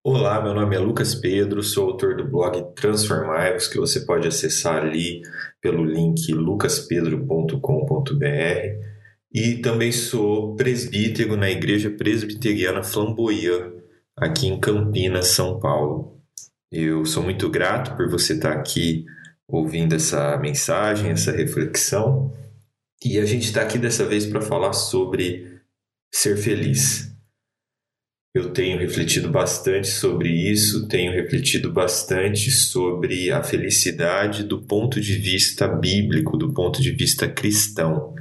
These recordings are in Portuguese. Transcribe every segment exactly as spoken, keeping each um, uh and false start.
Olá, meu nome é Lucas Pedro, sou autor do blog Transformai-vos, que você pode acessar ali pelo link lucas pedro ponto com ponto b r, e também sou presbítero na Igreja Presbiteriana Flamboyant, aqui em Campinas, São Paulo. Eu sou muito grato por você estar aqui ouvindo essa mensagem, essa reflexão, e a gente está aqui dessa vez para falar sobre ser feliz. Eu tenho refletido bastante sobre isso, tenho refletido bastante sobre a felicidade do ponto de vista bíblico, do ponto de vista cristão.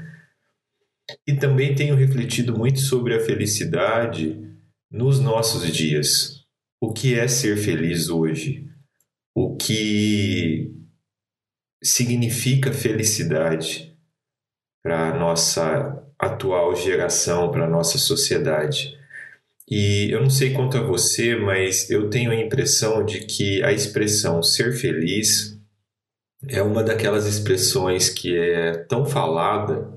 E também tenho refletido muito sobre a felicidade nos nossos dias. O que é ser feliz hoje? O que significa felicidade para a nossa atual geração, para a nossa sociedade? E eu não sei quanto a você, mas eu tenho a impressão de que a expressão ser feliz é uma daquelas expressões que é tão falada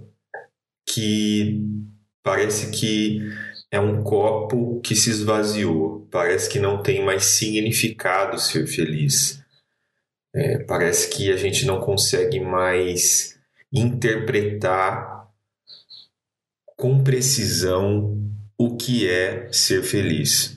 que parece que é um copo que se esvaziou, parece que não tem mais significado ser feliz. É, parece que a gente não consegue mais interpretar com precisão o que é ser feliz.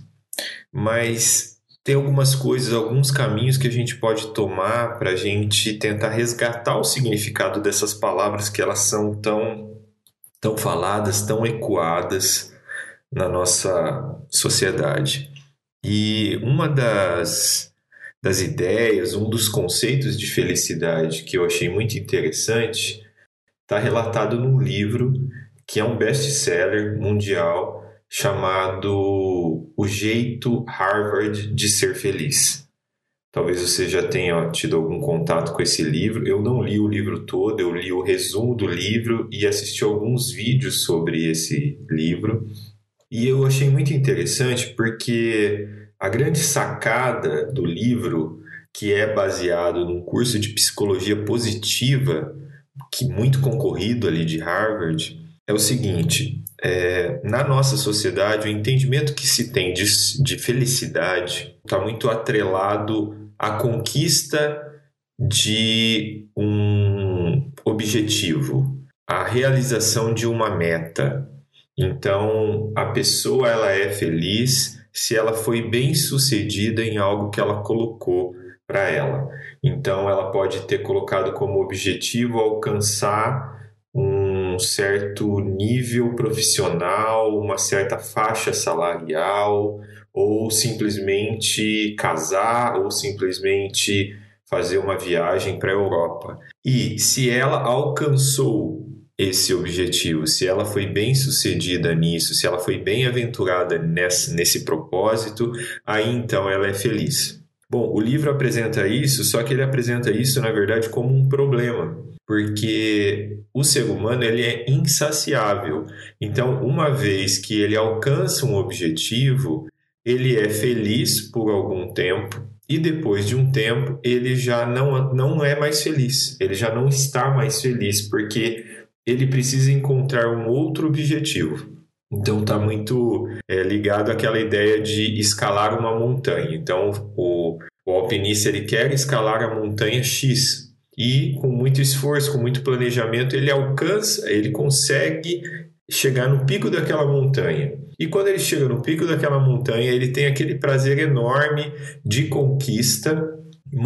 Mas tem algumas coisas, alguns caminhos que a gente pode tomar para a gente tentar resgatar o significado dessas palavras que elas são tão, tão faladas, tão ecoadas na nossa sociedade. E uma das, das ideias, um dos conceitos de felicidade que eu achei muito interessante está relatado num livro que é um best-seller mundial chamado O Jeito Harvard de Ser Feliz. Talvez você já tenha tido algum contato com esse livro. Eu não li o livro todo, eu li o resumo do livro e assisti alguns vídeos sobre esse livro. E eu achei muito interessante porque a grande sacada do livro, que é baseado num curso de psicologia positiva, que muito concorrido ali de Harvard, é o seguinte: é, na nossa sociedade, o entendimento que se tem de, de felicidade está muito atrelado à conquista de um objetivo, à realização de uma meta. Então, a pessoa ela é feliz se ela foi bem sucedida em algo que ela colocou para ela. Então, ela pode ter colocado como objetivo alcançar um certo nível profissional, uma certa faixa salarial, ou simplesmente casar, ou simplesmente fazer uma viagem para a Europa. E se ela alcançou esse objetivo, se ela foi bem sucedida nisso, se ela foi bem aventurada nesse, nesse propósito, aí então ela é feliz. Bom, o livro apresenta isso, só que ele apresenta isso, na verdade, como um problema, porque o ser humano ele é insaciável. Então, uma vez que ele alcança um objetivo, ele é feliz por algum tempo e depois de um tempo ele já não, não é mais feliz, ele já não está mais feliz, porque ele precisa encontrar um outro objetivo. Então está muito é, ligado àquela ideia de escalar uma montanha. Então o, o alpinista ele quer escalar a montanha X e com muito esforço, com muito planejamento, ele alcança, ele consegue chegar no pico daquela montanha. E quando ele chega no pico daquela montanha, ele tem aquele prazer enorme de conquista,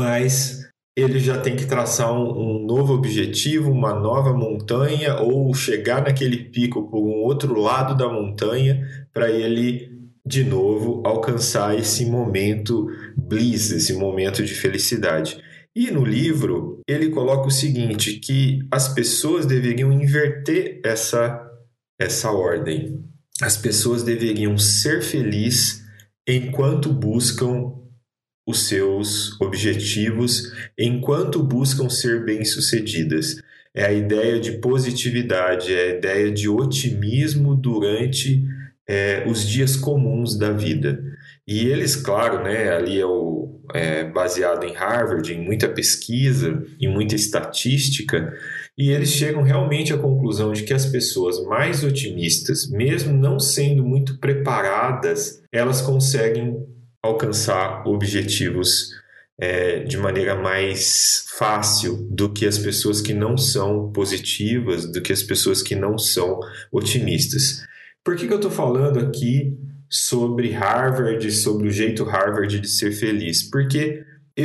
mas ele já tem que traçar um, um novo objetivo, uma nova montanha, ou chegar naquele pico por um outro lado da montanha para ele, de novo, alcançar esse momento bliss, esse momento de felicidade. E no livro, ele coloca o seguinte, que as pessoas deveriam inverter essa, essa ordem. As pessoas deveriam ser felizes enquanto buscam os seus objetivos, enquanto buscam ser bem-sucedidas. É a ideia de positividade, é a ideia de otimismo durante é, os dias comuns da vida. E eles, claro, né, ali é, o, é baseado em Harvard, em muita pesquisa, em muita estatística, e eles chegam realmente à conclusão de que as pessoas mais otimistas, mesmo não sendo muito preparadas, elas conseguem alcançar objetivos é, de maneira mais fácil do que as pessoas que não são positivas, do que as pessoas que não são otimistas. Por que que eu estou falando aqui sobre Harvard, sobre o jeito Harvard de ser feliz? Porque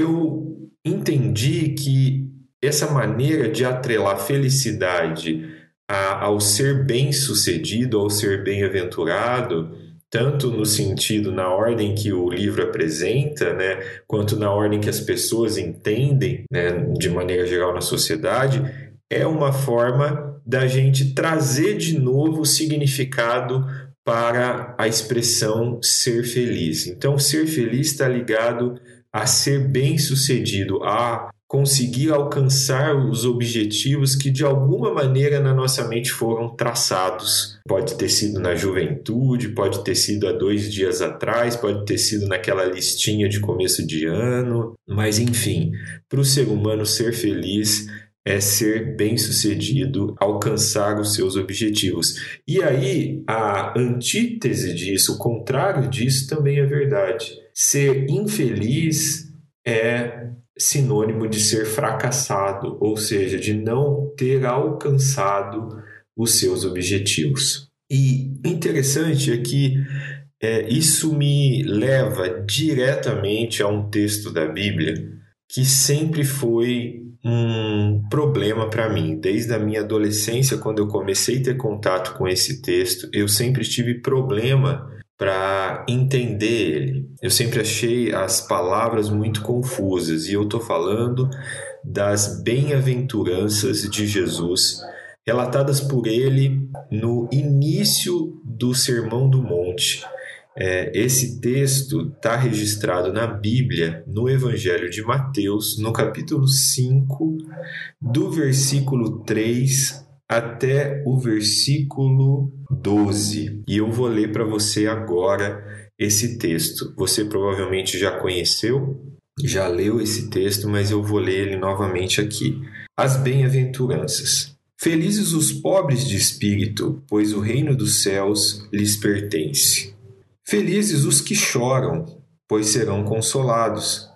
eu entendi que essa maneira de atrelar felicidade a, ao ser bem-sucedido, ao ser bem-aventurado, tanto no sentido, na ordem que o livro apresenta, né, quanto na ordem que as pessoas entendem, né, de maneira geral na sociedade, é uma forma da gente trazer de novo o significado para a expressão ser feliz. Então, ser feliz está ligado a ser bem-sucedido, a conseguir alcançar os objetivos que de alguma maneira na nossa mente foram traçados. Pode ter sido na juventude, pode ter sido há dois dias atrás, pode ter sido naquela listinha de começo de ano, mas enfim, para o ser humano ser feliz é ser bem-sucedido, alcançar os seus objetivos. E aí, a antítese disso, o contrário disso também é verdade. Ser infeliz é sinônimo de ser fracassado, ou seja, de não ter alcançado os seus objetivos. E interessante é que é, isso me leva diretamente a um texto da Bíblia que sempre foi um problema para mim. Desde a minha adolescência, quando eu comecei a ter contato com esse texto, eu sempre tive problema para entender ele. Eu sempre achei as palavras muito confusas, e eu estou falando das bem-aventuranças de Jesus, relatadas por ele no início do Sermão do Monte. É, esse texto está registrado na Bíblia, no Evangelho de Mateus, no capítulo cinco, do versículo três até o versículo doze. E eu vou ler para você agora esse texto. Você provavelmente já conheceu, já leu esse texto, mas eu vou ler ele novamente aqui. As bem-aventuranças. Felizes os pobres de espírito, pois o reino dos céus lhes pertence. Felizes os que choram, pois serão consolados.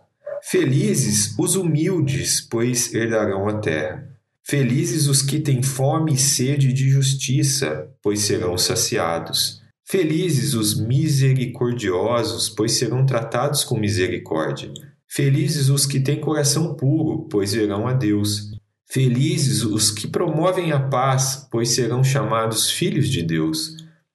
Felizes os humildes, pois herdarão a terra. Felizes os que têm fome e sede de justiça, pois serão saciados. Felizes os misericordiosos, pois serão tratados com misericórdia. Felizes os que têm coração puro, pois verão a Deus. Felizes os que promovem a paz, pois serão chamados filhos de Deus.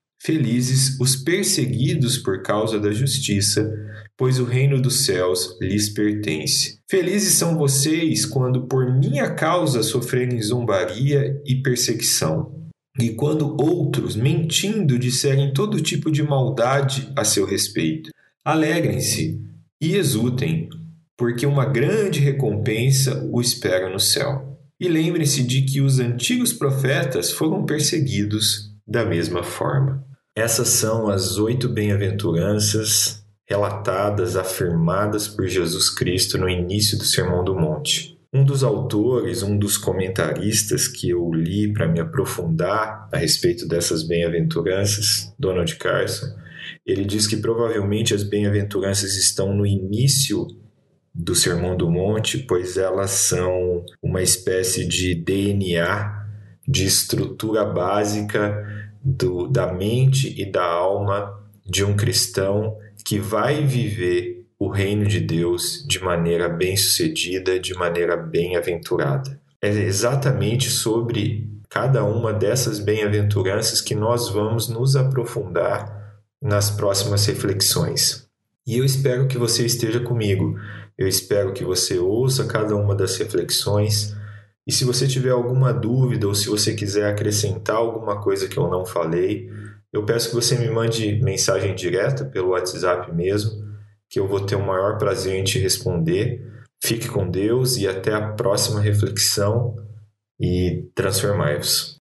Felizes os perseguidos por causa da justiça, pois o reino dos céus lhes pertence. Felizes são vocês quando por minha causa sofrerem zombaria e perseguição, e quando outros, mentindo, disserem todo tipo de maldade a seu respeito. Alegrem-se e exultem, porque uma grande recompensa o espera no céu. E lembrem-se de que os antigos profetas foram perseguidos da mesma forma. Essas são as oito bem-aventuranças relatadas, afirmadas por Jesus Cristo no início do Sermão do Monte. Um dos autores, um dos comentaristas que eu li para me aprofundar a respeito dessas bem-aventuranças, Donald Carson, ele diz que provavelmente as bem-aventuranças estão no início do Sermão do Monte, pois elas são uma espécie de D N A, de estrutura básica do, da mente e da alma de um cristão que vai viver o reino de Deus de maneira bem-sucedida, de maneira bem-aventurada. É exatamente sobre cada uma dessas bem-aventuranças que nós vamos nos aprofundar nas próximas reflexões. E eu espero que você esteja comigo. Eu espero que você ouça cada uma das reflexões. E se você tiver alguma dúvida ou se você quiser acrescentar alguma coisa que eu não falei, eu peço que você me mande mensagem direta pelo WhatsApp mesmo, que eu vou ter o maior prazer em te responder. Fique com Deus e até a próxima reflexão e transformai-vos.